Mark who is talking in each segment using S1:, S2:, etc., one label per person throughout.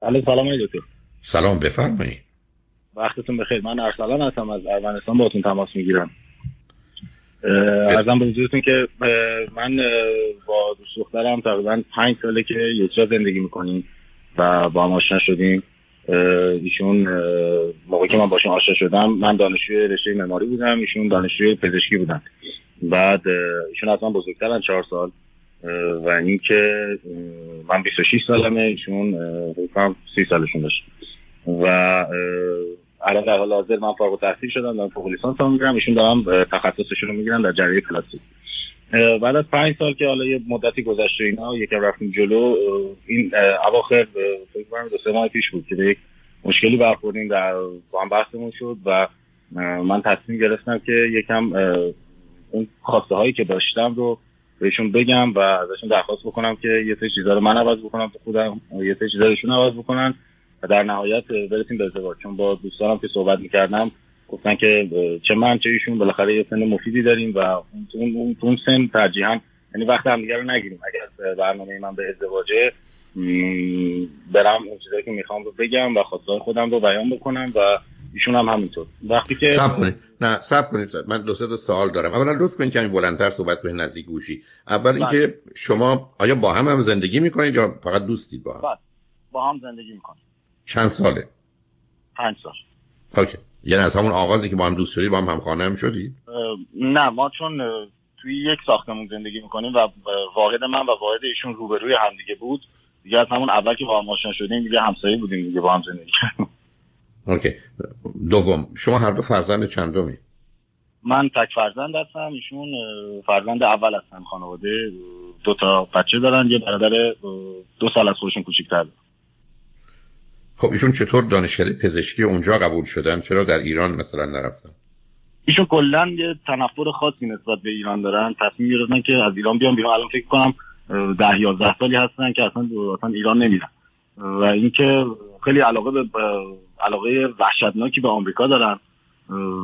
S1: بله سلام آقای دکتر.
S2: سلام، بفرمایید.
S1: وقتتون بخیر. من ارسلان هستم، از ارمنستان باهاتون تماس میگیرم. عرضم به حضورتون که من با دوست دخترم تقریبا 5 ساله که یک جا زندگی میکنیم و با هم آشنا شدیم. ایشون موقعی که من باشون آشنا شدم من دانشجوی رشته معماری بودم، ایشون دانشجوی پزشکی بودن. بعد ایشون از من بزرگترن 4 سال و این که من 26 سالمه، ایشون فکر 30 سالشون داشت و الان در حال حاضر من فارغ التحصیل شدم، دارم فوق لیسانس هم میگیرم، ایشون دارم تخصصشون رو میگیرن در جراحی پلاستیک. بعد از 5 سال که حالا یه مدتی گذشته اینا یکم رفتیم جلو، این اواخر فکر کنم 2-3 ماه پیش بود که به یک مشکلی برخوردیم، با هم بحثمون شد و من تصمیم گرفتم که یکم اون خواسته هایی که داشتم رو بهشون بگم و ازشون درخواست بکنم که یه سری چیزا رو من عوض بکنم تو خودم، یه سری چیزا رو ایشون عوض بکنن و در نهایت برسیم به ازدواج. چون با دوستانم که صحبت می‌کردم گفتن که چه من چه ایشون بالاخره یه سن مفیدی داریم و اون سن ترجیحاً یعنی وقت هم دیگه رو نگیریم. اگر برنامه من به ازدواجه برم اون چیزایی که میخوام رو بگم و خواستهای خودم رو بیان بکنم و ایشون هم همینطور. وقتی که
S2: صبر کنید من 2-3 سوال دارم. اولا لطف کنید کمی بلندتر صحبت کنید، نزدیک گوشی. اول اینکه شما آیا با هم زندگی میکنید یا فقط دوستید با هم؟
S1: با هم زندگی میکنیم.
S2: چند ساله؟
S1: 5 سال.
S2: اوکی. یعنی از همون آغازی که با هم دوست شدید با هم خانه هم شدید؟
S1: نه، ما چون توی یک ساختمون زندگی میکنیم و واحد من و واحد ایشون روبروی هم دیگه بود، دیگه از همون اول که با هم آشنا شدیم دیگه همسایه بودیم دیگه، با هم زندگی کردیم.
S2: اوکی. دوم، شما هر دو فرزند چندمی؟
S1: من تک فرزند هستم، ایشون فرزند اول هستن. خانواده 2 تا بچه دارن، یه برادر 2 سال از خودشون کوچیک‌تر.
S2: خب ایشون چطور دانشکده پزشکی اونجا قبول شدن؟ چرا در ایران مثلا نرفتن؟
S1: ایشون کلا یه تنفر خاصی نسبت به ایران دارن، تصمیم گرفتن که از ایران بیان بیرون. الان فکر کنم 10-11 سالی هستن که اصلا ایران نمیرن و اینکه خیلی علاقه وحشتناکی به آمریکا دارن و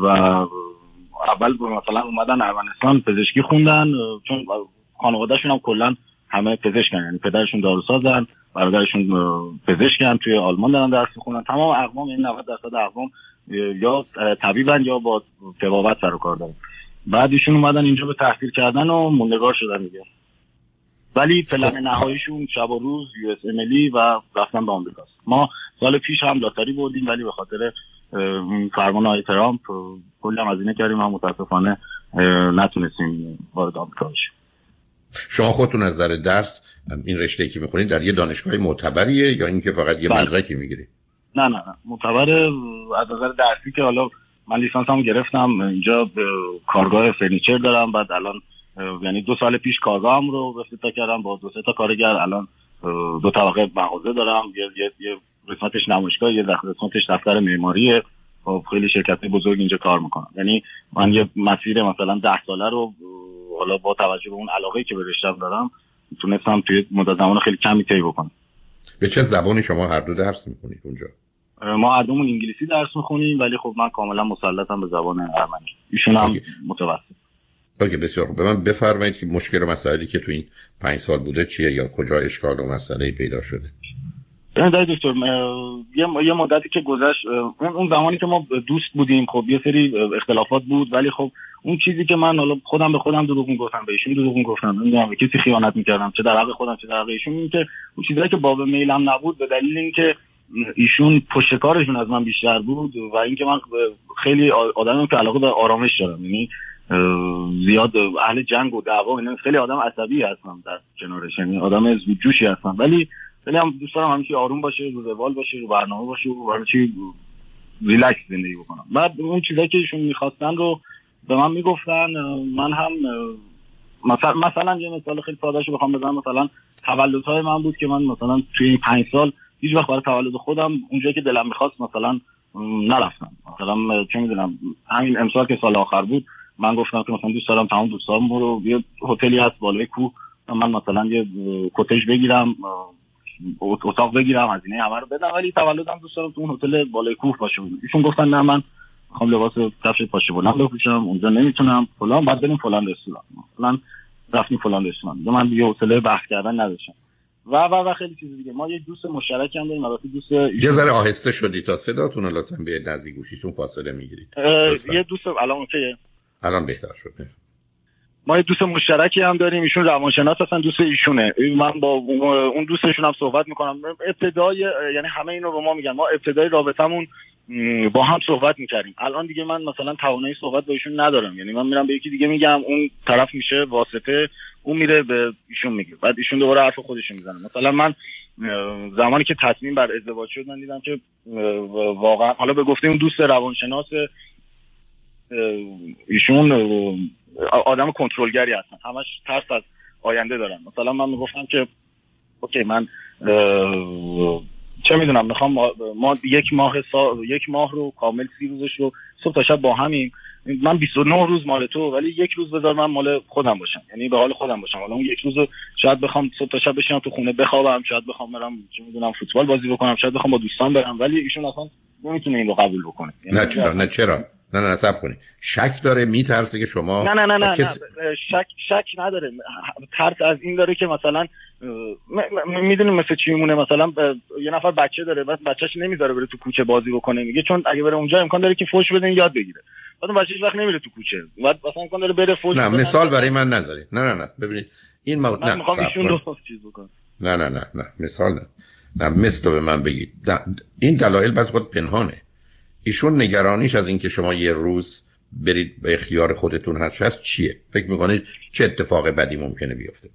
S1: اول مثلا اومدن ارمنستان پزشکی خوندن، چون خانواده‌شون هم کلا همه پزشکن، یعنی پدرشون داروسازن، برادرشون پزشکن، توی آلمان دارن درس می‌خونن. تمام اقوام، یعنی 90% اقوام یا طبیبن یا با طبابت سر و کار دارن. بعد ایشون اومدن اینجا به تحصیل کردن و موندگار شدن دیگه. ولی پلن نهاییشون شب و روز USMLE و رفتن به آمریکا. ما سال پیش هم لاتاری بردیم ولی به خاطر فرمان آقای ترامپ کلی هزینه کردیم و متاسفانه نتونستیم وارد آمریکا بشیم.
S2: شما خودتون از نظر درس این رشته‌ای که می‌خونید در یه دانشگاه معتبریه یا اینکه فقط یه مدرکی می‌گیرید؟
S1: نه معتبره. از نظر درسی که حالا من لیسانسمو گرفتم اینجا، کارگاه فرنیچر دارم. بعد الان یعنی 2 سال پیش کارگاهم رو افتتاح کردم با 2-3 تا کارگر. الان 2 طبقه مغازه دارم، یه قسمتش نمایشگاه، یه قسمتش دفتر معماریه. خب خیلی شرکت بزرگ اینجا کار میکنم. یعنی من یه مسیر مثلا 10 ساله رو حالا با توجه به اون علاقه‌ای که به رشته‌ام دارم تونستم توی مدت زمان خیلی کمی طی بکنم.
S2: به چه زبانی شما هر دو درس میکنید اونجا؟
S1: ما هر دومون انگلیسی درس میخونیم ولی خب من کاملا مسلطم به زبان ارمنی. ایشون هم متوسط.
S2: اوکی، بسیار خوب. به من بفرمایید که مشکل و مسائلی که تو این 5 سال بوده چیه یا کجا اشکال و مسئله پیدا شده؟
S1: دکتر یه مدتی که گذشت، اون زمانی که ما دوست بودیم، خب یه سری اختلافات بود ولی خب اون چیزی که من حالا خودم به خودم دروغ میگفتم، به ایشون دروغ میگفتم، نمیدونم به کسی خیانت میکردم، چه در حق خودم چه در حق ایشون، این که اون چیزایی که باب میلم نبود به دلیل اینکه ایشون پشت کارشون از من بیشتر بود و اینکه من خیلی آدمم که علاقه به آرامش دارم، یعنی زیاد اهل جنگ و دعوا، یعنی خیلی آدم عصبی هستم در کنارش، یعنی آدم زودجوشی هستم ولی هم دوست دارم همیشه آروم باشه، رو روال باشه، رو برنامه باشه و هر چی ریلکس زندگی بکنم. بعد اون چیزایی که ایشون می‌خواستن رو به من میگفتن، من هم مثلا یه مثال خیلی سادهشو بخوام بزنم، مثلا تولدهای من بود که من مثلا توی این 5 سال هیچ وقت برای تولد خودم اونجایی که دلم می‌خواست مثلا نرفتم. مثلا چه می‌دونم همین امسال که سال آخر بود من گفتم که مثلا دوست دارم تمام دوستام رو یه هتلی هست بالای کوه من مثلا یه کتج بگیرم، اتاق بگیرم، هزینه همه رو بدم ولی تولدم دوست دارم تو اون هتل بالای کوه باشه. ایشون گفتن نه من میخوام لباس کفش پاشه بلند بپوشم، اونجا نمیتونم فلان، بعد بریم فلان رستوران، مثلا رفتیم فلان رستوران. من دیگه حوصله بحث کردن نداشتم و خیلی چیز دیگه. ما یه دوست مشترکی هم داریم، البته دوست
S2: یه ذره آهسته شدی تا صداتون رو لطفاً به نزدیک گوشیتون فاصله میگیرید.
S1: یه دوست الان اوکیه؟
S2: الان بهتر شد.
S1: ما یه دوست مشترکی هم داریم، ایشون روانشناس هستن، دوست ایشونه. من با اون دوستشون هم صحبت میکنم. ابتدای یعنی همه اینو به ما میگن، ما ابتدای رابطمون با هم صحبت میکردیم. الان دیگه من مثلا توانایی صحبت با ایشون ندارم، یعنی من میرم به یکی دیگه میگم، اون طرف میشه واسطه، اون میره به ایشون میگه، بعد ایشون دوباره حرف خودشون میزنه. مثلا من زمانی که تصمیم بر ازدواج شد، من دیدم که واقعا حالا به گفته اون دوست روانشناس ایشون آدم کنترلگری هستن، همش ترس از آینده دارن. مثلا من میگفتم که اوکی من چه میدونم میخوام ما یک ماه رو کامل 30 روزش رو صبح تا شب با همیم، من 29 روز مال تو، ولی یک روز بذار من مال خودم باشم، یعنی به حال خودم باشم. حالا اون یک روز رو شاید بخوام صبح تا شب بشینم تو خونه بخوابم، شاید بخوام برم چه میدونم فوتبال بازی بکنم، شاید بخوام با دوستان برم، ولی ایشون اصلا نمیتونه این رو قبول بکنه.
S2: نه چرا نه صبر کنید. شک داره، میترسه که شما
S1: نه شک نداره، ترس از این داره که مثلا میدونیم مثل چی میمونه، مثلا یه نفر بچه داره، بس بچه‌ش نمیذاره بره تو کوچه بازی بکنه، میگه چون اگه بره اونجا امکان داره که فوش بده یاد بگیره، بعد بچه‌ش وقت نمیره تو کوچه، بعد مثلا امکان داره بره فوش
S2: نه مثال برای من نذارید. نه ببینید این
S1: نه میخوام ایشون رو چیز بکنم.
S2: نه مثال نه مثل به من بگید. این دلایل بس خود پنهانه. ایشون نگرانیش از اینکه شما یه روز برید به اختیار خودتون هست چیه؟ فکر میکنید چه اتفاق بدی ممکنه بیفته؟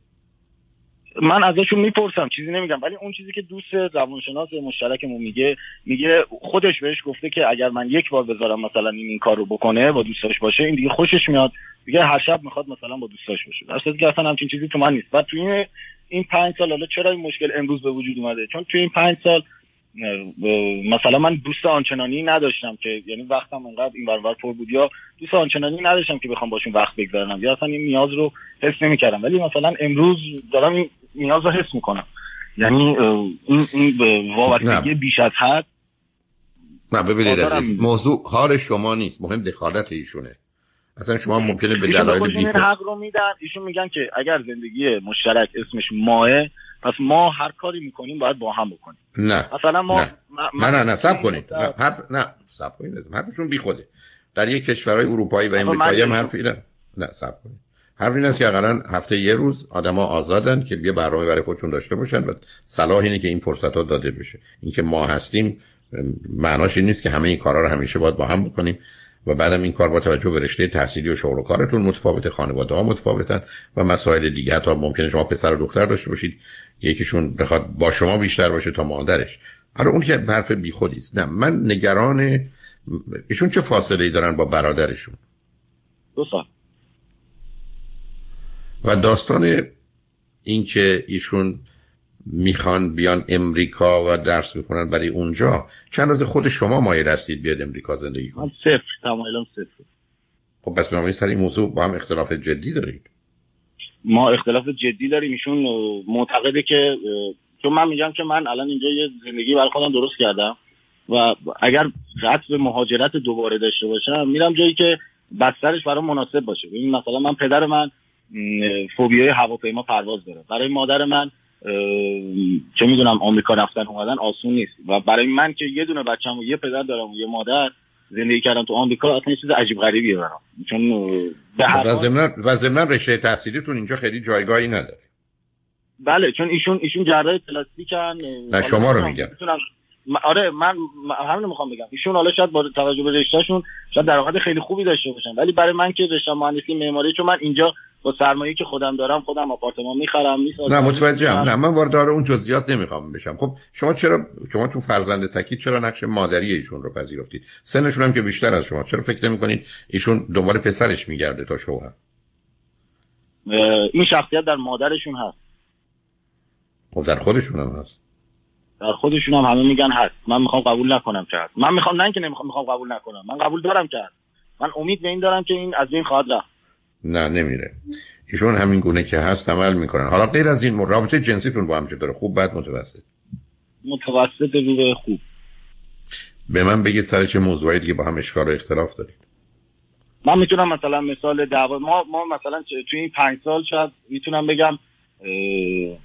S1: من ازشون میپرسم، چیزی نمیگم، ولی اون چیزی که دوست روانشناس مشترکمون میگه خودش بهش گفته که اگر من یک بار بذارم مثلا این کار رو بکنه، با دوستاش باشه، این دیگه خوشش میاد، دیگه هر شب میخواد مثلا با دوستاش باشه. در صورتی که اصلا همچین چیزی تو من نیست. بعد تو این 5 سال، حالا چرا این مشکل امروز به وجود اومده؟ چون تو این 5 سال مثلا من دوست آنچنانی نداشتم که، یعنی وقتم انقدر این ور پر بود، یا دوست آنچنانی نداشتم که بخوام باشون وقت بگذرونم، یا اصلا این نیاز رو حس نمی‌کردم، ولی مثلا امروز دارم این نیاز رو حس میکنم. یعنی این وابستگی بیش از حد.
S2: نه ببینید عزیز، موضوع حال شما نیست، مهم دخالت ایشونه. اصلا شما ممکنه به دلایل
S1: بیخود حق رو میدن، ایشون میگن که اگر زندگی مشترک اسمش ماه، پس ما هر کاری میکنیم باید با هم بکنیم.
S2: نه
S1: مثلا ما
S2: نه صبر کنید. صبر کنید. حرفشون بیخوده. در یک کشورهای اروپایی و امریکایی هم حرفی نه صبر کنید. حرف این است که اقلا هفته یه روز آدما آزادن که یه برنامه برای خودشون داشته باشن و صلاح اینه که این فرصت‌ها داده بشه. اینکه ما هستیم معناش این نیست که همه این کارا رو همیشه باید با هم بکنیم و بعدم این کار با توجه به رشته تحصیلی و شغل و کارتون متفاوته، خانواده‌ها متفاوتن و مسائل دیگه. تا ممکنه شما پسر و دختر داشته باشید، یکیشون بخواد با شما بیشتر باشه تا مادرش. حالا اون که حرف بیخودی است. نه من نگران ایشون چه فاصله‌ای دارن با برادرشون؟
S1: 2 سال.
S2: و داستان این که ایشون میخوان بیان امریکا و درس بخونن برای اونجا، چند روز خود شما مایل هستید بیاد امریکا زندگی کنید؟
S1: من تمایلم صفر.
S2: خب پس بنابراین سر این موضوع با هم اختلاف جدی دارید.
S1: ما اختلاف جدی داریم. ایشون معتقده که چون من میگم که من الان اینجا یه زندگی برای خودم درست کردم و اگر قصد به مهاجرت دوباره داشته باشم، میرم جایی که بسترش برام مناسب باشه. ببین مثلا من پدر من فوبیای هواپیما پرواز داره، برای مادر من چه میدونم آمریکا رفتن اومدن آسون نیست، و برای من که یه دونه بچه‌م و یه پدر دارم و یه مادر، زندگی کردن تو آمریکا اصلا چیز عجیب غریبیه برام. چون
S2: و ضمن رشته تحصیلیتون اینجا خیلی جایگاهی نداره.
S1: بله چون ایشون جراح پلاستیکن.
S2: نه شما رو میگم.
S1: آره من همین میخوام بگم، ایشون حالا شاید با توجه به رشتهشون شاید درآمد خیلی خوبی داشته باشن، ولی برای من که رشته مهندسی معماری، چون من اینجا با سرمایه‌ای که خودم دارم خودم آپارتمان میخرم میسازم.
S2: نه متوجهم. نه من وارد اون جزئیات نمیخوام بشم. خب شما چون فرزند تکی چرا نقش مادری ایشون رو پذیرفتید؟ سنشون هم که بیشتر از شما، چرا فکر نمی‌کنید ایشون دنبال پسرش میگرده تا شوهر؟
S1: این شخصیت در مادرشون هست.
S2: خب در خودشون هم هست.
S1: در خودشون هم همه میگن هست. من میخوام قبول نکنم که هست. من میخوام نه که نمیخوام قبول نکنم. من قبول دارم که هست. من امید به این دارم که این از این خواهد رفت.
S2: نه نمیره. ایشون همین گونه که هست عمل میکنن. حالا غیر از این رابطه جنسیتون با هم چطوره؟ خوب بد متوسط؟
S1: متوسط رو به خوب.
S2: به من بگید سر چه موضوعی دیگه با هم اشکال و اختلاف دارید؟
S1: من میتونم مثلا مثال دعوا ما مثلا توی این 5 سال شاید میتونم بگم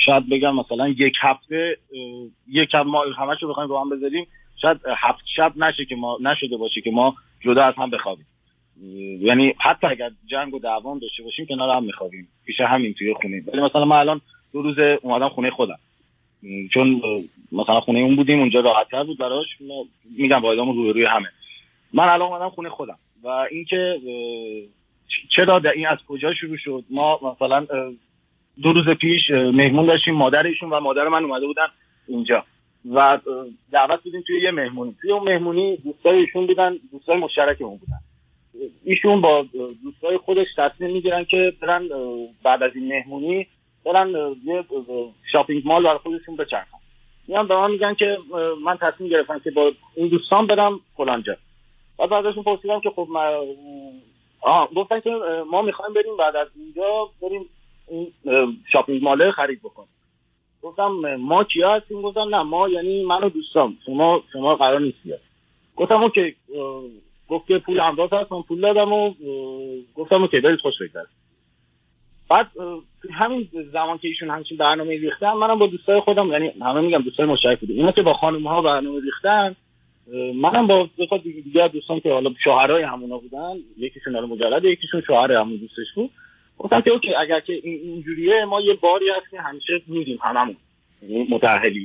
S1: شاید بگم مثلا یک هفته ما همه‌شو بخوایم با هم بذاریم شاید 7 شب نشده باشه که ما جدا از هم بخوابیم. یعنی حتی اگر جنگ و دعوا داشته باشیم کنار هم میخوابیم پیش همین توی خونه. ولی مثلا من الان 2 روز اومدم خونه خودم، چون مثلا خونه اون بودیم اونجا راحت‌تر بود براش. میگم وایدامون روی همه. من الان اومدم خونه خودم و اینکه چرا این از کجا شروع شد؟ ما مثلا 2 روز پیش مهمون داشتیم، مادر ایشون و مادر من اومده بودن اینجا و دعوت بودیم توی یه مهمونی. توی اون مهمونی دوستای ایشون بودن، دوستای مشترکمون بودن. ایشون با دوستای خودش تصمیم میگیرن که برن بعد از این مهمونی برن یه شاپینگ مال برای خودشون بچرخن. میان به من میگن که من تصمیم گرفتم که با این دوستان برم فلان جا. بعد ازشون پرسیدم که خب گفتن که ما میخوایم بریم بعد از اینجا بریم این شاپینگ مال خرید بکنیم. گفتم ما کیا هستیم؟ گفتن نه ما یعنی من و دوستام، شما قرار نیست بیاد. گفتم اوکی. گفت که پول همراه هست، من پول دادم و گفتم اوکی برید خوش بگذره. بعد همین زمان که ایشون همچین برنامه ریختن، منم با دوستای خودم، یعنی همه میگم دوستای مشترک بودیم، اینا که با خانم ها برنامه ریختن، منم با دیگه دوستان که حالا شوهرای همونا بودن، یکیشون حالا مجرد یکیشون شوهر همون دوستش بود، گفتم که اوکی اگر که اینجوریه ما یه باری هست که همیشه میریم هممون متأهلی.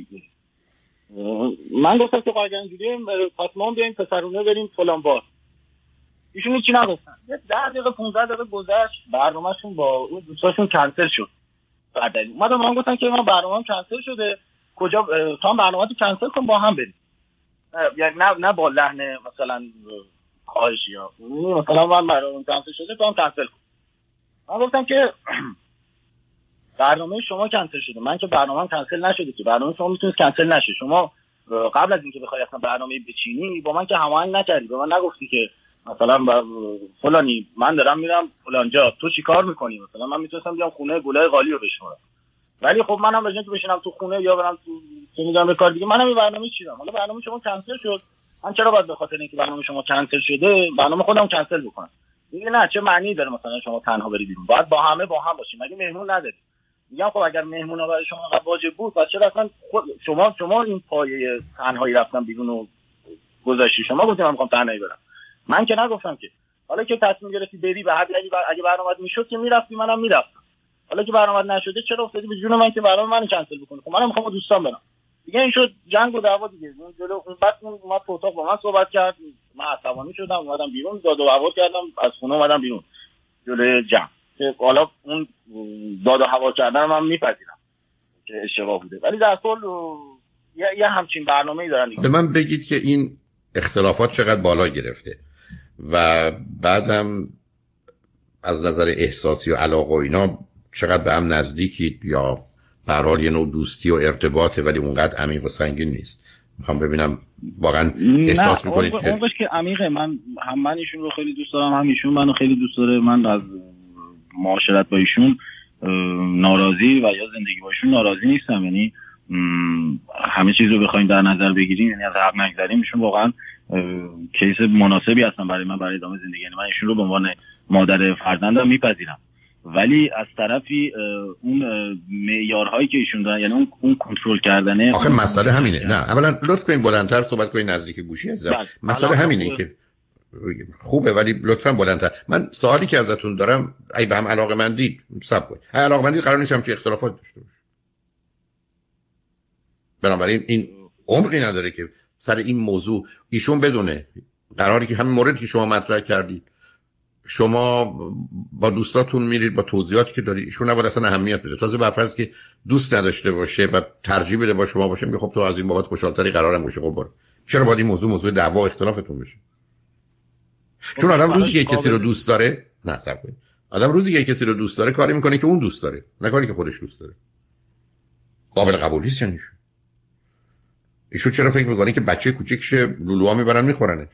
S1: من گفتم که اگر اینجوریه پس ما بیایم پسرونه بریم فلان بار. ایشون هیچی نگفتن. 10 دقیقه 15 دقیقه گذشت، برنامه‌شون با اون دوستاشون کنسل شد. بعد اومدم من گفتم که من برنامه‌ام کنسل شده، کجا تا برنامه‌تو کنسل کن با هم بریم. یعنی نه با لحن مثلا خواهشی ها، مثلا من برنامه‌ام کنسل شده تو هم کنسل کن. من گفتم که برنامه شما کنسل شده، من که برنامه‌ام کنسل نشده که برنامه شما میتونه کنسل نشه. شما قبل از اینکه بخوای اصلا برنامه بچینی با من که هماهنگ نکردی، به من نگفتی که مثلا فلانی من دارم میرم فلان جا، تو چی کار میکنی؟ مثلا من میتونستم بیام خونه گلای قالی رو بشورم، ولی خب منم به جای اینکه بشینم تو خونه یا برم تو میذارم به کار دیگه، منم این برنامه چیدم. حالا برنامه شما کنسل شد، من چرا باید به خاطر اینکه برنامه شما کنسل شده برنامه خودم کنسل بکنم؟ میگه نه چه معنی داره مثلا شما تنها بری بیرون، باید با هم باشیم. مگه مهمون نداری؟ میگم خب اگر مهمونا برای شما واجب بود پس چرا اصلا شما این پایه تنهایی رفتن بیرون و گذاشتی؟ شما گفتید من میخوام تنهایی برم، من که نگفتم که. حالا که تصمیم گرفتی بری به حد اگه برنامه میشد که میرفتی، منم میرفتم. حالا که برنامه نشده چرا افتادی به جون من که برنامه منو کنسل بکنی؟ خب منم میخوام با دوستان برم دیگه. این شد جنگ و دعوا دیگه. جلو اون بعد اومد تو اتاق با من صحبت کرد، من عصبانی شدم اومدم بیرون، داد و هوا کردم، از خونه اومدم بیرون جلوی جمع. که حالا اون داد و هوا کردن من میپذیرم که اشتباه بوده، ولی در کل یه همچین برنامه‌ای دارن دیگه.
S2: به من بگید که این اختلافات چقدر بالا گرفته و بعدم از نظر احساسی و علاقه و اینا چقدر به هم نزدیکید، یا به هر حال یه نوع دوستی و ارتباطه ولی اونقدر عمیق و سنگین نیست؟ میخوام ببینم واقعا احساس میکنید که
S1: اونش که عمیقه. من ایشون رو خیلی دوست دارم، هم ایشون منو خیلی دوست داره. من از معاشرت با ایشون ناراضی و یا زندگی با ایشون ناراضی نیستم. یعنی همه چیز رو بخوایم در نظر بگیریم، یعنی از حق نگذریم، ایشون واقعا کیس مناسبی هستن برای من برای ادامه زندگی. یعنی من ایشون رو به عنوان مادر فرزندم میپذیرم، ولی از طرفی اون معیارهایی که ایشون دارن، یعنی اون کنترل کردنه.
S2: آخه مسئله همینه. نه اولا لطف کنین بلندتر صحبت کنین، نزدیک گوشی عزیزم. مسئله همینه که خوبه ولی لطفاً بلندتر. من سوالی که ازتون دارم، ای به هم علاقه‌مندید صبر کنید. علاقه‌مندید قرار نیستم چه اختلافات داشته باشه. بنابراین این عمقی نداره که سر این موضوع ایشون بدونه. قراری که همین موردی که شما مطرح کردید، شما با دوستاتون میرید با توضیحاتی که دارید، ایشون نباید اصلا اهمیت بده. تازه برفرض که دوست نداشته باشه و ترجیح بده با شما باشه، میگه خب تو از این بابت خوشحال‌تری قرارم باشه، خب برو. چرا باید این موضوع دعوا و اختلافتون بشه؟ چون آدم روزی که کسی رو دوست داره، نه صبر کنید، آدم روزی که کسی رو دوست داره کاری میکنه که اون دوست داره، نه کاری که خودش دوست داره. قابل قبول نیست. یعنی ایشون چرا فکر میکنه که بچه کوچیکش لولوها میبرن میخورنش؟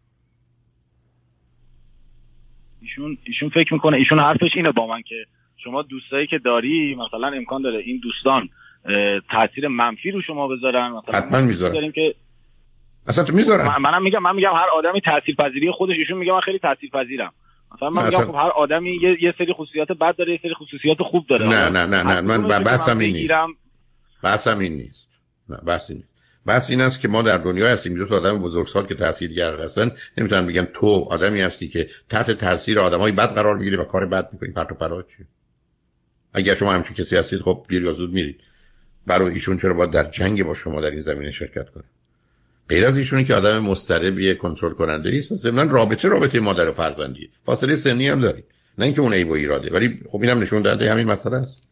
S1: ایشون فکر میکنه، ایشون حرفش اینه با من که شما دوستایی که داری مثلا امکان داره این دوستان تاثیر منفی رو شما بذارن. مثلا
S2: حتما میذارن
S1: که
S2: اصلا تو میذارن.
S1: من میگم هر آدمی تاثیرپذیری خودش. ایشون میگه من خیلی تاثیرپذیرم، مثلا من میگم خب هر آدمی یه سری خصوصیات بد داره، یه سری خصوصیات خوب داره.
S2: نه من بحثم این نیست. بحثم این نیست. نه بحث این نیست. بحث این است که ما در دنیا هستیم، دو تا آدم بزرگسال که تحصیلگر هستن نمیتونن بگن تو آدمی هستی که تحت تاثیر آدمای بد قرار میگیری و کار بد میکنی. پرت و پلا چیه؟ اگر شما همچین کسی هستید خب دیر یا زود میرید. برای ایشون چرا باید در جنگ با شما در این زمینه شرکت کنه؟ غیر از ایشونه که آدم مضطربیه، کنترل کننده است. ضمن رابطه مادر و فرزندیه. فاصله سنی هم دارید. نه اینکه اون عیب و ایراده، ولی خب اینم نشون داده همین مسئله است.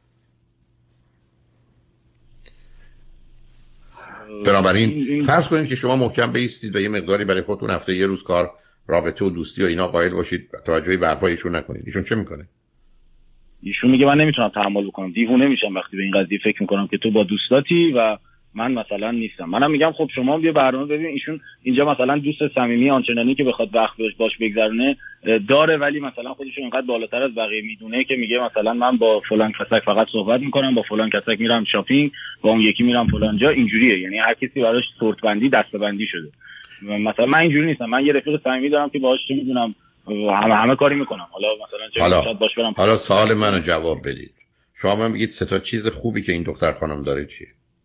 S2: بنابراین فرض کنید که شما محکم بایستید و یه مقداری برای خودتون هفته یه روز کار، رابطه و دوستی و اینا قائل باشید، توجهی به حرفای ایشون نکنید. ایشون چه میکنه؟
S1: ایشون میگه من نمیتونم تحمل بکنم، دیوونه میشم وقتی به این قضیه فکر میکنم که تو با دوستاتی و من مثلا نیستم. منم میگم خب شما بیا برنامه ببین. ایشون اینجا مثلا دوست صمیمی آنچنانی که بخواد وقت باش بگذرونه داره، ولی مثلا خودشون اینقدر بالاتر از بقیه میدونه که میگه مثلا من با فلان کسک فقط صحبت میکنم، با فلان کسک میرم شاپینگ، با اون یکی میرم فلان جا. اینجوریه، یعنی هر کسی براش سورت بندی دسته‌بندی شده. مثلا من اینجوری نیستم. من یه رفیق صمیمی دارم که باهاش چه میدونم همه کاری میکنم. حالا مثلا چه باش برم.
S2: حالا سوال منو جواب بدید. شما من بگید سه تا چیز خوبی که این دختر خانم داره چیه؟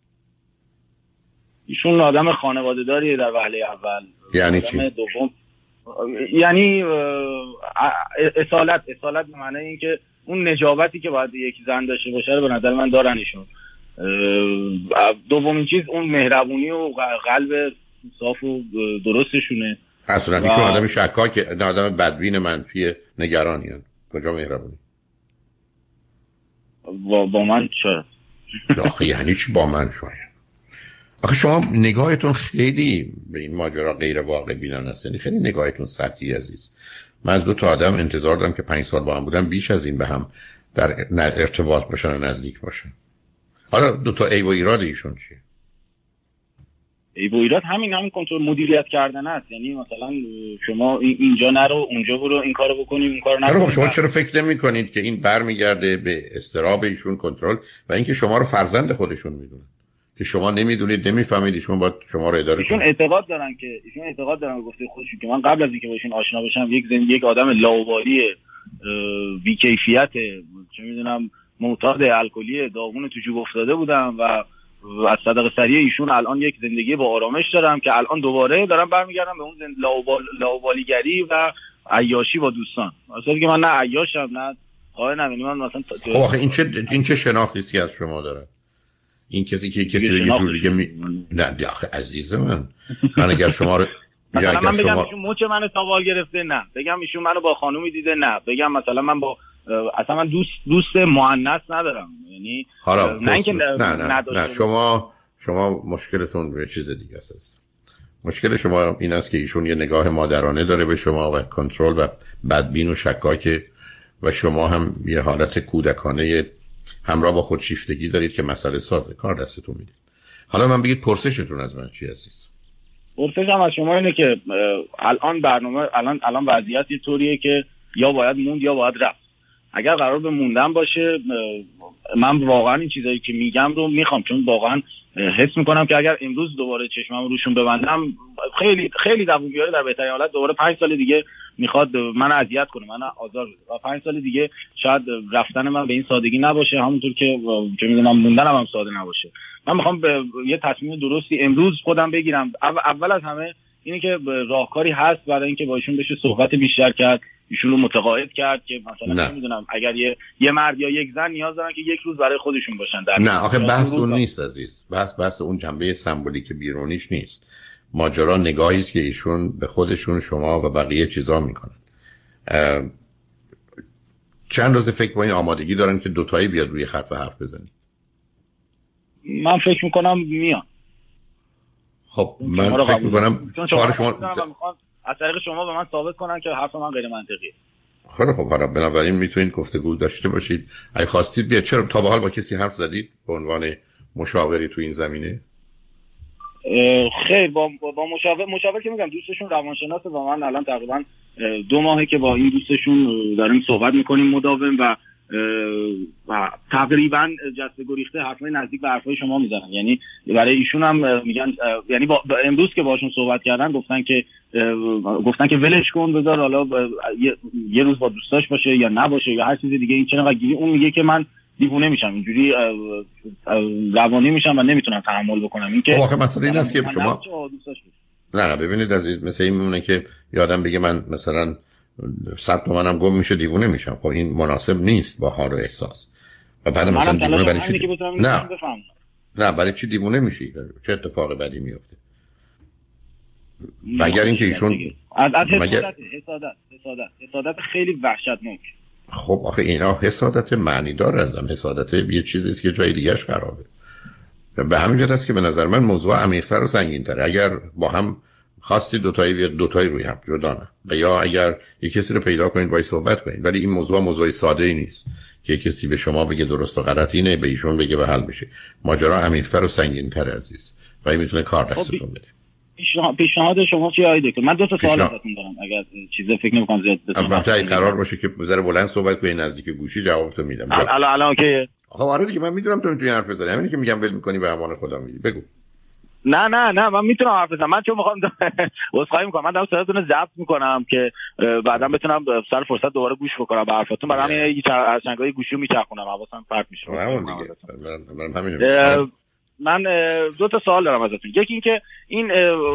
S1: ایشون آدم خانواده‌داریه در وهله اول.
S2: یعنی چی؟
S1: دوم یعنی اصالت به معنی اینکه اون نجابتی که باید یک زن داشته باشه رو به نظر من دارن ایشون. دومین چیز اون مهربونی و قلب صاف و درستشونه.
S2: اصلا ایشون آدم شکاک، آدم بدبین منفی نگرانی هست. کجا مهربونی؟
S1: با من شاید.
S2: آخه یعنی چی با من شاید؟ آخه شما نگاهتون خیلی به این ماجرا غیر واقع بینانه است. یعنی خیلی نگاهتون سطحی عزیز. من از دو تا آدم انتظار دارم که 5 سال با هم بودن بیش از این به هم در ارتباط باشن و نزدیک باشن. حالا دو تا عیب و ایراد ایشون چیه؟
S1: عیب و ایراد همین کنترل مدیریت کردن است. یعنی مثلا شما اینجا نرو، اونجا برو، این کارو بکنیم، اون کارو نکنیم.
S2: خب شما چرا فکر نمی‌کنید که این برمیگرده به اضطراب ایشون کنترل و اینکه شما رو فرزند خودشون میدونن که شما نمیدونید، نمیفهمید ایشون باید شما رو اداره کنه. ایشون اعتقاد
S1: دارن گفته خودشون که من قبل از اینکه باشون آشنا بشم یک آدم لاابالی بی‌کیفیت، چه میدونم معتاد الکلی داغون تو جوب افتاده بودم و از صدقه سریع ایشون الان یک زندگی با آرامش دارم که الان دوباره دارم برمیگردم به اون لاابالیگری و عیاشی با دوستان. اصلا که من نه عیاشم نه خواهنم. یعنی من مثلا
S2: آخه این چه شناختی از شما داره؟ این کسی رو یه جور دیگه نه آخه عزیز من اگر شما رو
S1: مثلا من بگم ایشون مچ منو تاوال گرفته، نه بگم ایشون منو با خانومی دیده، نه بگم مثلا من با اصلا من دوست مؤنث ندارم. یعنی نه اینکه
S2: نه شما مشکلتون به چیز دیگه است. مشکل شما این است که ایشون یه نگاه مادرانه داره به شما و کنترل و بدبین و شکاک و شما هم یه حالت کودکانه همراه با خودشیفتگی دارید که مسئله سازه. کار دستتون میدید. حالا من بگید پرسشتون از من چی عزیز؟
S1: پرسشم از شما اینه که الان برنامه الان وضعیت یه طوریه که یا باید موند یا باید رفت. اگر قرار به موندن باشه من واقعا این چیزایی که میگم رو میخوام، چون واقعا حس میکنم که اگر امروز دوباره چشمم روشون ببندم خیلی خیلی دووم بیاره در بهترین حالت دوباره 5 سال دیگه میخواد من اذیت کنه، من آزار بده و 5 سال دیگه شاید رفتن من به این سادگی نباشه، همونطور که میدونم موندنم هم ساده نباشه. من میخوام به یه تصمیم درستی امروز خودم بگیرم. اول از همه اینه که راهکاری هست برای اینکه با ایشون بشه صحبت بیشتر کرد، ایشون رو متقاعد کرد که مثلا نمیدونم اگر یه مرد یا یک زن نیاز دارن که یک روز برای خودشون باشن.
S2: نه آخه بحث اون نیست عزیز. بحث اون جنبه سمبولیک بیرونیش نیست. ماجرا نگاهی است که ایشون به خودشون، شما و بقیه چیزا میکنن. چند روز فکر کنید آمادگی دارن که دوتایی بیاد روی خط و حرف بزنید؟
S1: من فکر میکنم میان.
S2: خب من فکر میکنم کار شما
S1: از طریق شما به من ثابت کنن که حرف من غیر منطقیه.
S2: خیلی خب، حالا بنابراین میتونید گفتگو داشته باشید. اگه خواستید بیاد. چرا تا به حال با کسی حرف زدید به عنوان مشاوری تو این زمینه؟
S1: خیر با مشاور که میگم دوستشون روانشناسه و من الان تقریبا 2 ماهه که با این دوستشون داریم صحبت میکنیم مداوم و تقریبا جسته گریخته حرفای نزدیک به حرفای شما میزنن. یعنی برای ایشون هم میگن، یعنی امروز که باشون صحبت کردن گفتن که ولش کن، بذار حالا یه روز با دوستاش باشه یا نباشه یا هر چیز دیگه، این چرا گیری. اون میگه که من دیوونه میشم، اینجوری روانی میشم و نمیتونم تحمل بکنم. این که
S2: آخه مسئله این است که شما نه ببینید عزیز، مثل این میمونه که یادم بگه من مثلا 100 تومنم گم میشه دیوونه میشم. خب این مناسب نیست با حال و احساس. و بعد مثلا دیوونه برای چی؟ نه برای چی دیوونه میشی؟ چه اتفاق بدی میفته؟ مگر اینکه ایشون
S1: از حسادت خیلی وحشتناک.
S2: خب آخه اینا حسادت معنی دار ازم، حسادت یه چیزی است که جای دیگه‌اش خرابه. به همین جهت است که به نظر من موضوع عمیق‌تر و سنگین‌تره. اگر با هم خواستی دوتایی روی هم جدا نه، و یا اگر یک کسی رو پیدا کنید باهاش صحبت کنید، ولی این موضوع ساده‌ای نیست که کسی به شما بگه درست و غلط اینه، به ایشون بگه به حل بشه. ماجرا عمیق‌تر و سنگین‌تر عزیز، و این میتونه کار دستتون بده.
S1: پیشنهاد شما چیه آقای دکتر؟ من دو تا سوال ازتون دارم، اگر چیزی فکر نمی‌کنم زیاد بتونم.
S2: البته قرار باشه که بذاره بلند صحبت کنی، نزدیک گوشی جوابتو میدم.
S1: الان اوکی.
S2: آخه آره دیگه، من میدونم تو میتونی حرف بزنی، همینی که میگم ول می‌کنی به امان خدا میدی. بگو.
S1: نه من میتونم حرف بزنم. من چون میخوام عذرخواهی میکنم، من دارم صداتون رو ضبط میکنم که بعدا بتونم سر فرصت دوباره گوش بکنم به حرفاتون. برای همین از چنگای گوشیو میچرخونم، حواسم پرت میشه. من دو تا سوال دارم ازتون. یکی این که این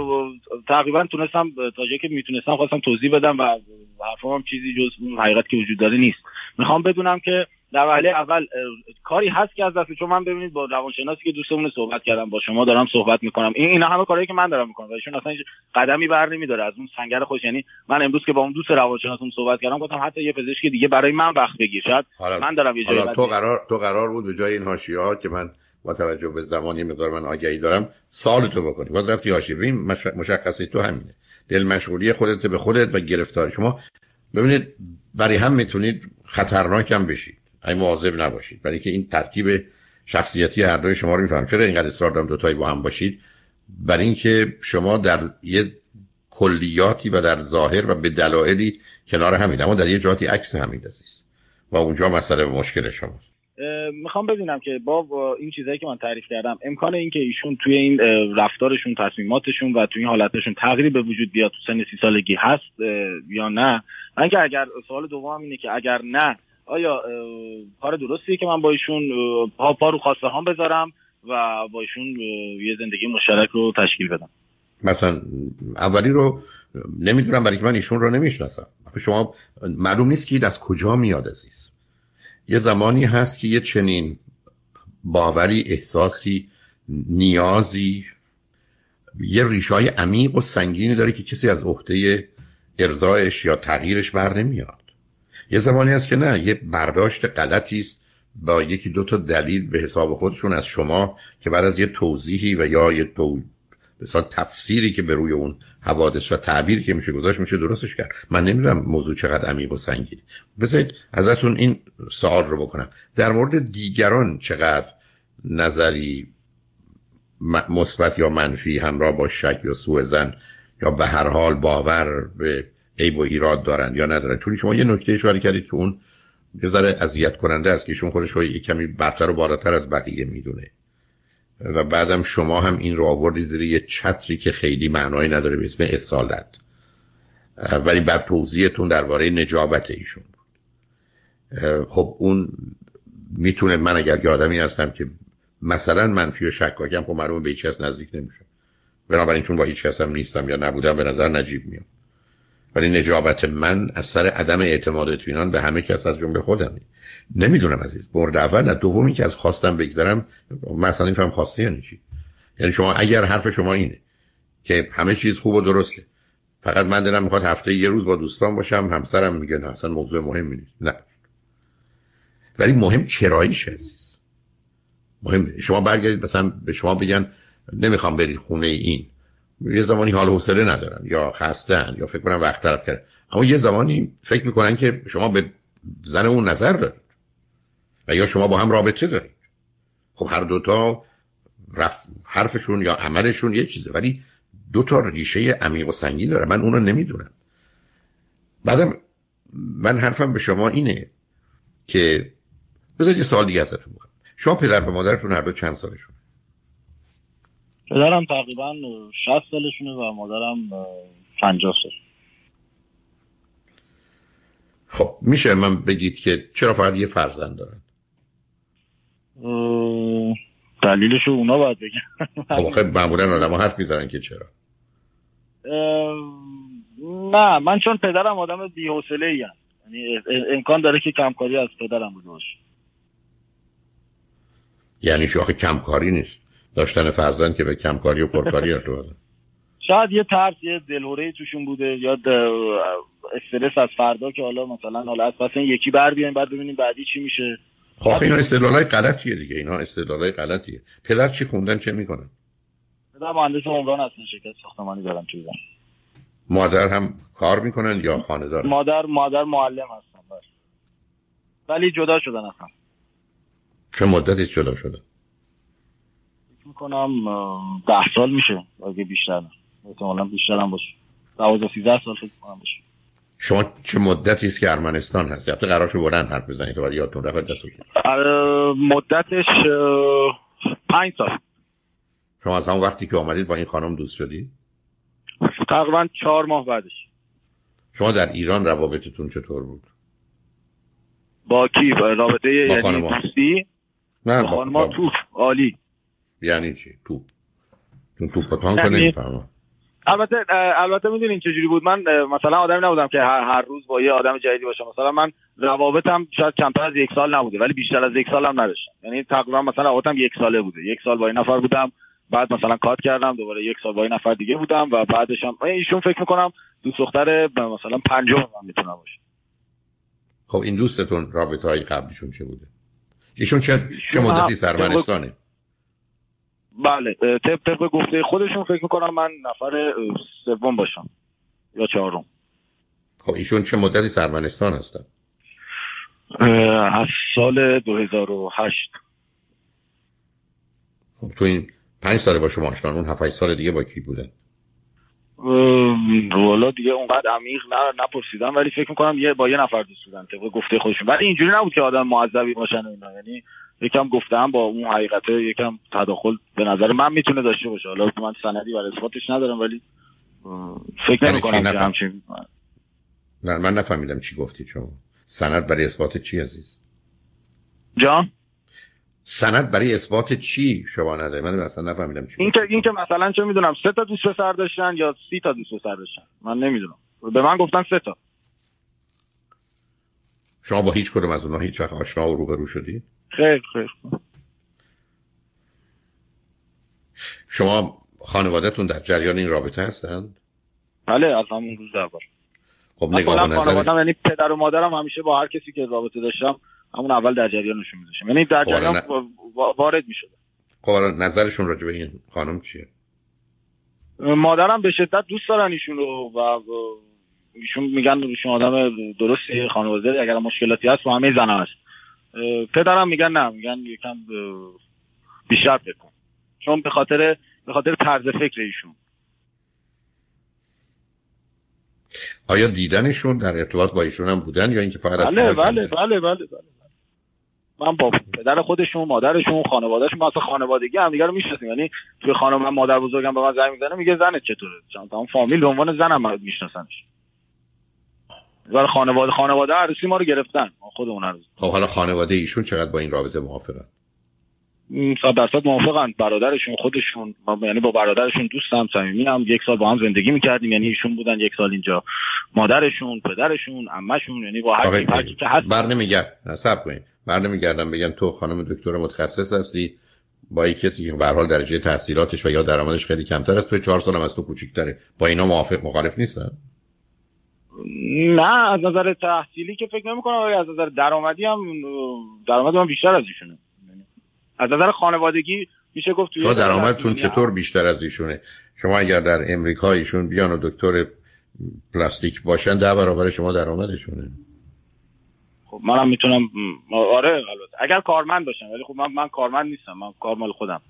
S1: تقریبا تونستم تا جایی که میتونستم خواستم توضیح بدم و حرفام هم چیزی جز اون حقیقت که وجود داره نیست. میخوام بدونم که در وهله اول کاری هست که از دست، چون من ببینید با روانشناسی که دوستمون صحبت کردم، با شما دارم صحبت میکنم، اینا همه کارهایی که من دارم میکنم و ایشون اصلا قدمی بر نمیداره از اون سنگر خودش. یعنی من امروز که با اون دوست روانشناسم صحبت کردم گفتم حتی یه پزشک دیگه برای من وقت بگیر، شاید من دارم یه جایی.
S2: تو قرار بود به جای این حاشیه‌ها که من با توجه به زمانی مقدار من آگهی دارم سوالتو بکنی، باز رفتی حاشیه. ببین مشخصه تو همینه، دل مشغولی خودت به خودت و گرفتاری. شما ببینید برای هم میتونید خطرناک هم بشید اگه مواظب نباشید، برای که این ترکیب شخصیتی هر دوی شما رو میفهم. چرا اینقدر اصرار دارم دوتایی با هم باشید؟ برای اینکه شما در یه کلیاتی و در ظاهر و به دلایلی کنار همید، اما در یه جهاتی عکس همید عزیز، و اونجا مسئله و مشکل شماست.
S1: میخوام بدونم که با این چیزایی که من تعریف کردم امکان این که ایشون توی این رفتارشون، تصمیماتشون و توی این حالتشون تغییری به وجود بیاد تو سن 30 سالگی هست یا نه؟ من که اگر سوال دوم اینه که اگر نه، آیا کار درستیه که من با ایشون پا رو خواسته هام بذارم و با ایشون یه زندگی مشترک رو تشکیل بدم؟
S2: مثلا اولی رو نمیدونم، برای که من ایشون رو نمیشناسم. شما معلوم نیست که از کجا میاد عزیز. یه زمانی هست که یه چنین باوری، احساسی، نیازی، یه ریشه‌های عمیق و سنگینی داره که کسی از عهده ارضایش یا تغییرش بر نمیاد. یه زمانی هست که نه، یه برداشت غلطی است با یکی دو تا دلیل به حساب خودشون از شما که بعد از یه توضیحی و یا یه مثلا تفسیری که به روی اون حوادث و تعبیری که میشه گذاشت میشه درستش کرد. من نمیدونم موضوع چقدر عمیق و سنگینه. بذارید ازتون این سوال رو بکنم، در مورد دیگران چقدر نظری مثبت یا منفی همراه با شک یا سوء ظن یا به هر حال باور به عیب و ایراد دارن یا ندارن؟ چون شما یه نکته اشاره کردید که اون یه ذره اذیت کننده است که ایشون خودش رو یه کمی برتر و بالاتر از بقیه میدونه و بعدم شما هم این رو آوردی زیر یه چتری که خیلی معنایی نداره به اسم اصالت، ولی بعد توضیحتون درباره نجابت ایشون بود. خب اون میتونه، من اگر یه آدمی هستم که مثلا منفی و شکاکم، خب معلومه به هیچ کس نزدیک نمیشم، بنابراین چون با هیچ کس هم نیستم یا نبودم به نظر نجیب میام، ولی نجابت من از سر عدم اعتماد و اطمینان به همه کس از جمله خودمه. نمیدونم عزیز، مورد اول نه. دومی که از خواستم بگذرم، مثلا نمیفهم خواسته یعنی چی. یعنی شما اگر حرف شما اینه که همه چیز خوب و درسته، فقط من دلم میخواد هفته یه روز با دوستان باشم، همسرم میگه نه اصلا موضوع مهمی نیست، نه، ولی مهم چراییش عزیز. مهم شما برگردید مثلا به شما بگن نمیخوام برید خونه این، یه زمانی حال و حوصله ندارن یا خسته‌ان یا فکر کنن وقت طرف کردن، اما یه زمانی فکر میکنن که شما به زن اون نظر دارید و یا شما با هم رابطه دارید. خب هر دوتا حرفشون یا عملشون یه چیزه، ولی دوتا ریشه عمیق و سنگین داره. من اونو نمیدونم. بعدم من حرفم به شما اینه که بذارید یه سوال دیگه ازتون بکنم. شما پدر و مادرتون هر دو چند سالشون؟
S1: پدرم تقریبا 60 سالشونه و مادرم 50 سال.
S2: خب میشه من بگید که چرا فقط یه فرزند دارن؟
S1: دلیلشو اونا باید بگن.
S2: خب آخه معمولا آدم ها حرف میزنن که چرا.
S1: نه من چون پدرم آدم بی‌حوصله‌ای ام، یعنی امکان داره که کمکاری از پدرم بوده باشه.
S2: یعنی شوخی کمکاری نیست داشتن فرزند که به کمکاری و پرکاری ارتباطه.
S1: شاید یه ترس، یه دلهوره توشون بوده یا استرس از فردا که حالا مثلا حالا پس این یکی بر بیایم بعد ببینیم بعدی چی میشه.
S2: خب اینا استدلالای غلطیه دیگه، اینا استدلالای غلطیه. پدر چی خوندن چه میکنن؟
S1: پدر مهندس عمران هستن، شرکت ساختمانی دارن توی ایران.
S2: مادر هم کار میکنن یا خانه دارن؟
S1: مادر معلم هستن بس. ولی جدا شدن اصلا. چه
S2: مدتی جدا شدن؟
S1: فکر میکنم 10 سال میشه اگه بیشتر نه. احتمالاً بیشتر هم باشه. 12-13 سال فکر کنم باشه.
S2: شما چه مدتی است که ارمنستان هست؟ البته قرارشو بلند حرف بزنید تو ولی یادتون رفت دستو کنید.
S1: مدتش 5 سال.
S2: شما از اون وقتی که اومدید با این خانم دوست شدید؟
S1: تقریبا 4 ماه بعدش.
S2: شما در ایران روابطتون چطور بود؟
S1: با کی؟ با رابطه یعنی دوستی؟
S2: نه
S1: با خانم توپ عالی.
S2: یعنی چی؟ توپتان کنه نمیفهمم.
S1: البته میدونین چجوری بود. من مثلا آدمی نبودم که هر روز با یه آدم جدیدی باشم. مثلا من روابطم شاید کمتر از 1 سال نبوده ولی بیشتر از 1 سال هم نداشتم. یعنی تقریبا مثلا روابطم 1 ساله بوده. 1 سال با این نفر بودم، بعد مثلا کات کردم، دوباره 1 سال با این نفر دیگه بودم و بعدش هم ایشون فکر میکنم دوست دختر مثلا 50 من میتونه باشه.
S2: خب این دوستتون رابطه‌های قبلیشون چه بوده؟ ایشون چه مدتی سرمنستانه؟
S1: بله طبق گفته خودشون فکر میکنم من نفر 3 باشم یا 4.
S2: خب ایشون چه مدتی سرمنستان هستن؟
S1: از سال 2008.
S2: خب تو این 5 سال با شما آشنان، اون 7-8 سال دیگه با کی بودن؟
S1: والا دیگه اونقدر عمیق نپرسیدم ولی فکر میکنم با یه نفر دوست بودن طبق گفته خودشون. ولی اینجوری نبود که آدم معذبی باشن اینا، یعنی یکم گفتم با اون حقیقته یکم تداخل به نظر من میتونه داشته باشه. حالا من سندی برای اثباتش ندارم ولی فکر نمی‌کنم که همچین.
S2: نه من نفهمیدم چی گفتی شما. سند برای اثبات چی عزیز؟
S1: جان؟
S2: سند برای اثبات چی شما نداری؟ من اصلا نفهمیدم چی.
S1: این که مثلا چه میدونم 3 تا دوست پسر داشتن یا 30 تا دوست پسر داشتن، من نمیدونم. به من گفتن 3 تا.
S2: شما با هیچ کدوم از اونها هیچ وقت آشنا و روبرو شدید؟
S1: خیر.
S2: شما خانواده‌تون در جریان این رابطه هستند؟
S1: بله از همون روز اول.
S2: خب نگاه نظر
S1: خانواده‌ام یعنی پدر و مادرم همیشه با هر کسی که رابطه داشتم همون اول در جریانشون میذاشتم، یعنی در جریان وارد میشدم.
S2: خب نظرشون راجع به این خانم چیه؟
S1: مادرم به شدت دوست دارن ایشون رو و ایشون میگن ایشون آدم درسته، خانواده اگر مشکلاتی هست با همه زنا هست. پدرم میگن نه، میگن یکم بیشتر بکن، چون به خاطر طرز فکر ایشون.
S2: آیا دیدنشون در ارتباط با ایشون هم بودن یا اینکه فقط از
S1: بله. من با پدر خودشون، مادرشون، خانواده‌شون، مثلا خانوادگی هم دیگه رو میشناسیم. یعنی توی خانم من مادر بزرگم به من زنگ میزنه میگه زنت چطوره؟ چون تمام فامیل به عنوان زنم میشناسنش. ولی خانواده عروسی ما رو گرفتن، ما خودمون عروسی.
S2: خب حالا خانواده ایشون چقدر با این رابطه موافقن؟
S1: 100% موافقن. برادرشون، خودشون، یعنی با برادرشون دوستم، صمیمی‌ام. 1 سال با هم زندگی می‌کردیم، یعنی ایشون بودن 1 سال اینجا، مادرشون، پدرشون، عمه‌شون، یعنی با هر کی که هست.
S2: برنمیگردم بگم تو خانم دکتر متخصص هستی با یک کسی که به هر حال درجه تحصیلاتش و یا درآمدش خیلی کمتر است، تو 4 سال هم از تو کوچیک‌تره، با اینا مخالف نیستن؟
S1: نه از نظر تحصیلی که فکر نمی‌کنم، ولی از نظر درآمدی هم درآمد من بیشتر از ایشونه. از نظر خانوادگی میشه گفت
S2: تو درآمدتون چطور بیشتر از ایشونه؟ شما اگر در امریکا ایشون بیان و دکتر پلاستیک باشن 10 برابر شما درآمدشونه.
S1: خب منم میتونم آره البته اگر کارمند باشم، ولی خب من کارمند نیستم، من کار مال خودم.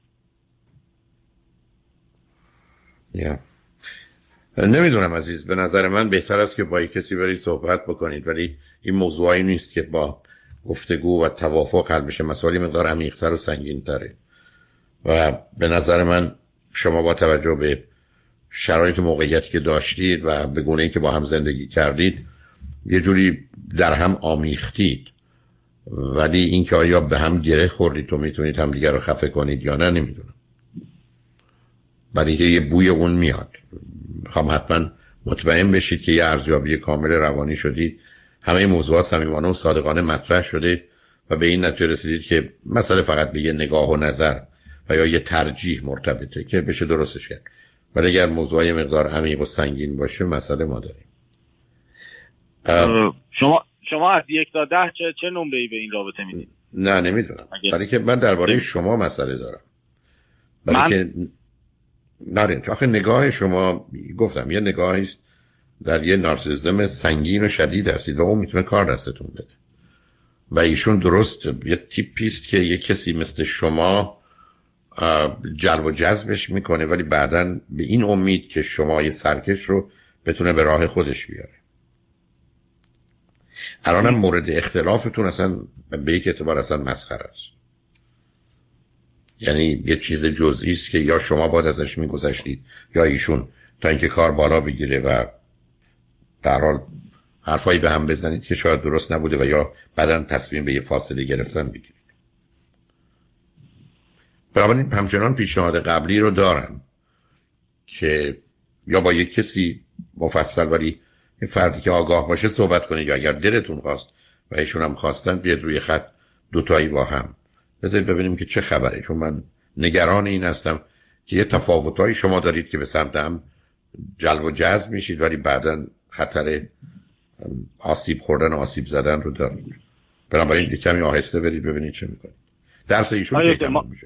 S2: نمیدونم عزیز، به نظر من بهتر است که با کسی برید صحبت بکنید، ولی این موضوعی نیست که با گفتگو و توافق حل بشه. مسائل مقدار عمیق‌تر و سنگین‌تره و به نظر من شما با توجه به شرایط موقعیتی که داشتید و به گونه‌ای که با هم زندگی کردید یه جوری در هم آمیختید، ولی اینکه آیا به هم گره خوردید تو میتونید هم دیگر رو خفه کنید یا نه نمیدونم، برای اینکه یه بوی اون میاد. میخوام حتما مطمئن بشید که یه ارزیابی کامل روانی شدید، همه موضوعات صمیمانه و صادقانه مطرح شده و به این نتیجه رسیدید که مسئله فقط به یه نگاه و نظر و یا یه ترجیح مرتبطه که بشه درستش کرد. ولی اگر موضوعی مقدار عمیق و سنگین باشه مسئله ما داریم.
S1: شما از 1 تا 10 چه نمره‌ای به این رابطه میدید؟
S2: نه نمیدونم، برای که من درباره شما مسئله دارم. برای که نه آخه نگاه شما گفتم یه نگاهی است در یه نارسیسیسم سنگین و شدید هستید و اون میتونه کار دستتون بده و ایشون درست یه تیپیست که یه کسی مثل شما جلب و جذبش میکنه ولی بعداً به این امید که شما یه سرکش رو بتونه به راه خودش بیاره. الانم مورد اختلافتون اصلا به یک اعتبار اصلا مسخره است، یعنی یه چیز جزئی است که یا شما باید ازش میگذشتید یا ایشون، تا اینکه کار بالا بگیره و در حال حرفایی به هم بزنید که شاید درست نبوده و یا بعداً تصمیم به یه فاصله گرفتن بگیرید. بنابراین همچنان پیشنهاد قبلی رو دارم که یا با یک کسی مفصل ولی این فردی که آگاه باشه صحبت کنید، یا اگر دلتون خواست و ایشون هم خواستن بیاد روی خط دوتایی با هم بذارید ببینیم که چه خبره، چون من نگران این هستم که یه تفاوتایی شما دارید که به سمت هم جلب و جذب میشید ولی بعداً خطر آسیب خوردن و آسیب زدن رو دارید. بنابراین یک کمی آهسته برید ببینید چه میکنید. درس ایشون کی تموم میشه؟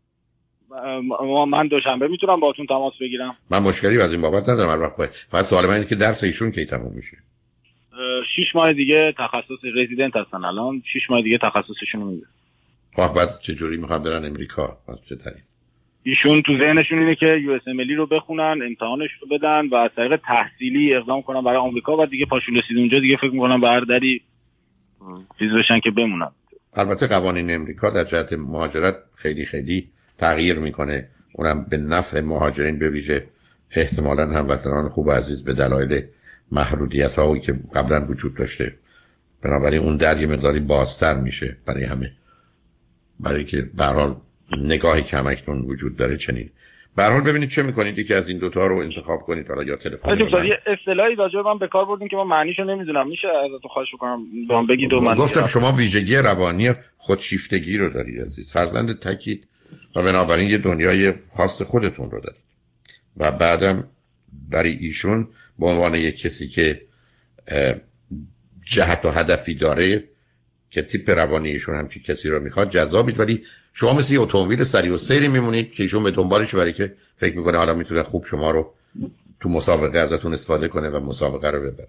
S1: من دوشنبه میتونم باهاتون تماس بگیرم.
S2: من مشکلی از این بابت ندارم. هر وقت فقط سوال من اینه که درس ایشون کی تموم میشه؟
S1: 6 ماه دیگه تخصص رزیدنت هستن الان، 6 ماه دیگه تخصصشون رو میگیرن.
S2: خب بعد چه جوری میخوان برن امریکا؟ از چه طریق؟
S1: ایشون تو ذهنشون اینه که USMLE رو بخونن، امتحانش رو بدن و از طریق تحصیلی اقدام کنن برای آمریکا و دیگه پاشون رسید اونجا دیگه فکر میکنن به هر دری چیز بشن که بمونن.
S2: البته قوانین امریکا در جهت مهاجرت خیلی خیلی تغییر میکنه، اونم به نفع مهاجرین به ویژه احتمالاً هموطنان خوب و عزیز به دلایل محدودیت هایی که قبلا وجود داشته. بنابراین اون در یه مقداری بازتر میشه برای همه، برای که به هر حال نگاهی که همکنون وجود داره چنین. به هر حال ببینید چه میکنید، یکی از این دوتا رو انتخاب کنید. حالا یا تلفن
S1: یه اصطلاحی راجع من به کار بردین که من معنیشو نمیدونم، میشه ازتون خواهش بکنم من بگید؟ من
S2: گفتم شما ویژگی روانی خودشیفتگی رو دارید عزیز، فرزند تکید و بنابراین یه دنیای خاص خودتون رو دارید و بعدم برای ایشون به عنوان یک کسی که جهت و هدفی داره که تیپ روانی ایشون هم کسی رو میخواد جذابید، ولی شما مثل یه اتومبیل سریع و سیری میمونید که ایشون به دنبالش برای که فکر میکنه حالا میتونه خوب شما رو تو مسابقه ازتون استفاده کنه و مسابقه رو ببره.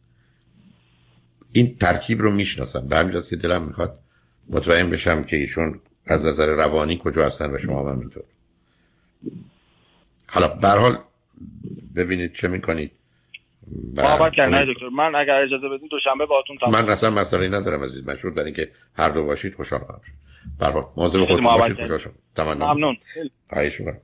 S2: این ترکیب رو میشناسم، به همین جاست که دلم میخواد مطمئن بشم که ایشون از نظر روانی کجا هستن و شما هم اینطور. حالا به هر حال ببینید چه میکنید.
S1: محبت کردن دکتر، من اگر اجازه بدین دوشنبه باهاتون تماس.
S2: من اصلا مسئله ندارم عزیز، مشروط بر اینکه هر دو باشید خوشحال خواهم شد. به هر حال مواظب خودتون باشید. خوشحال شدم. ممنون. خواهش می‌کنم.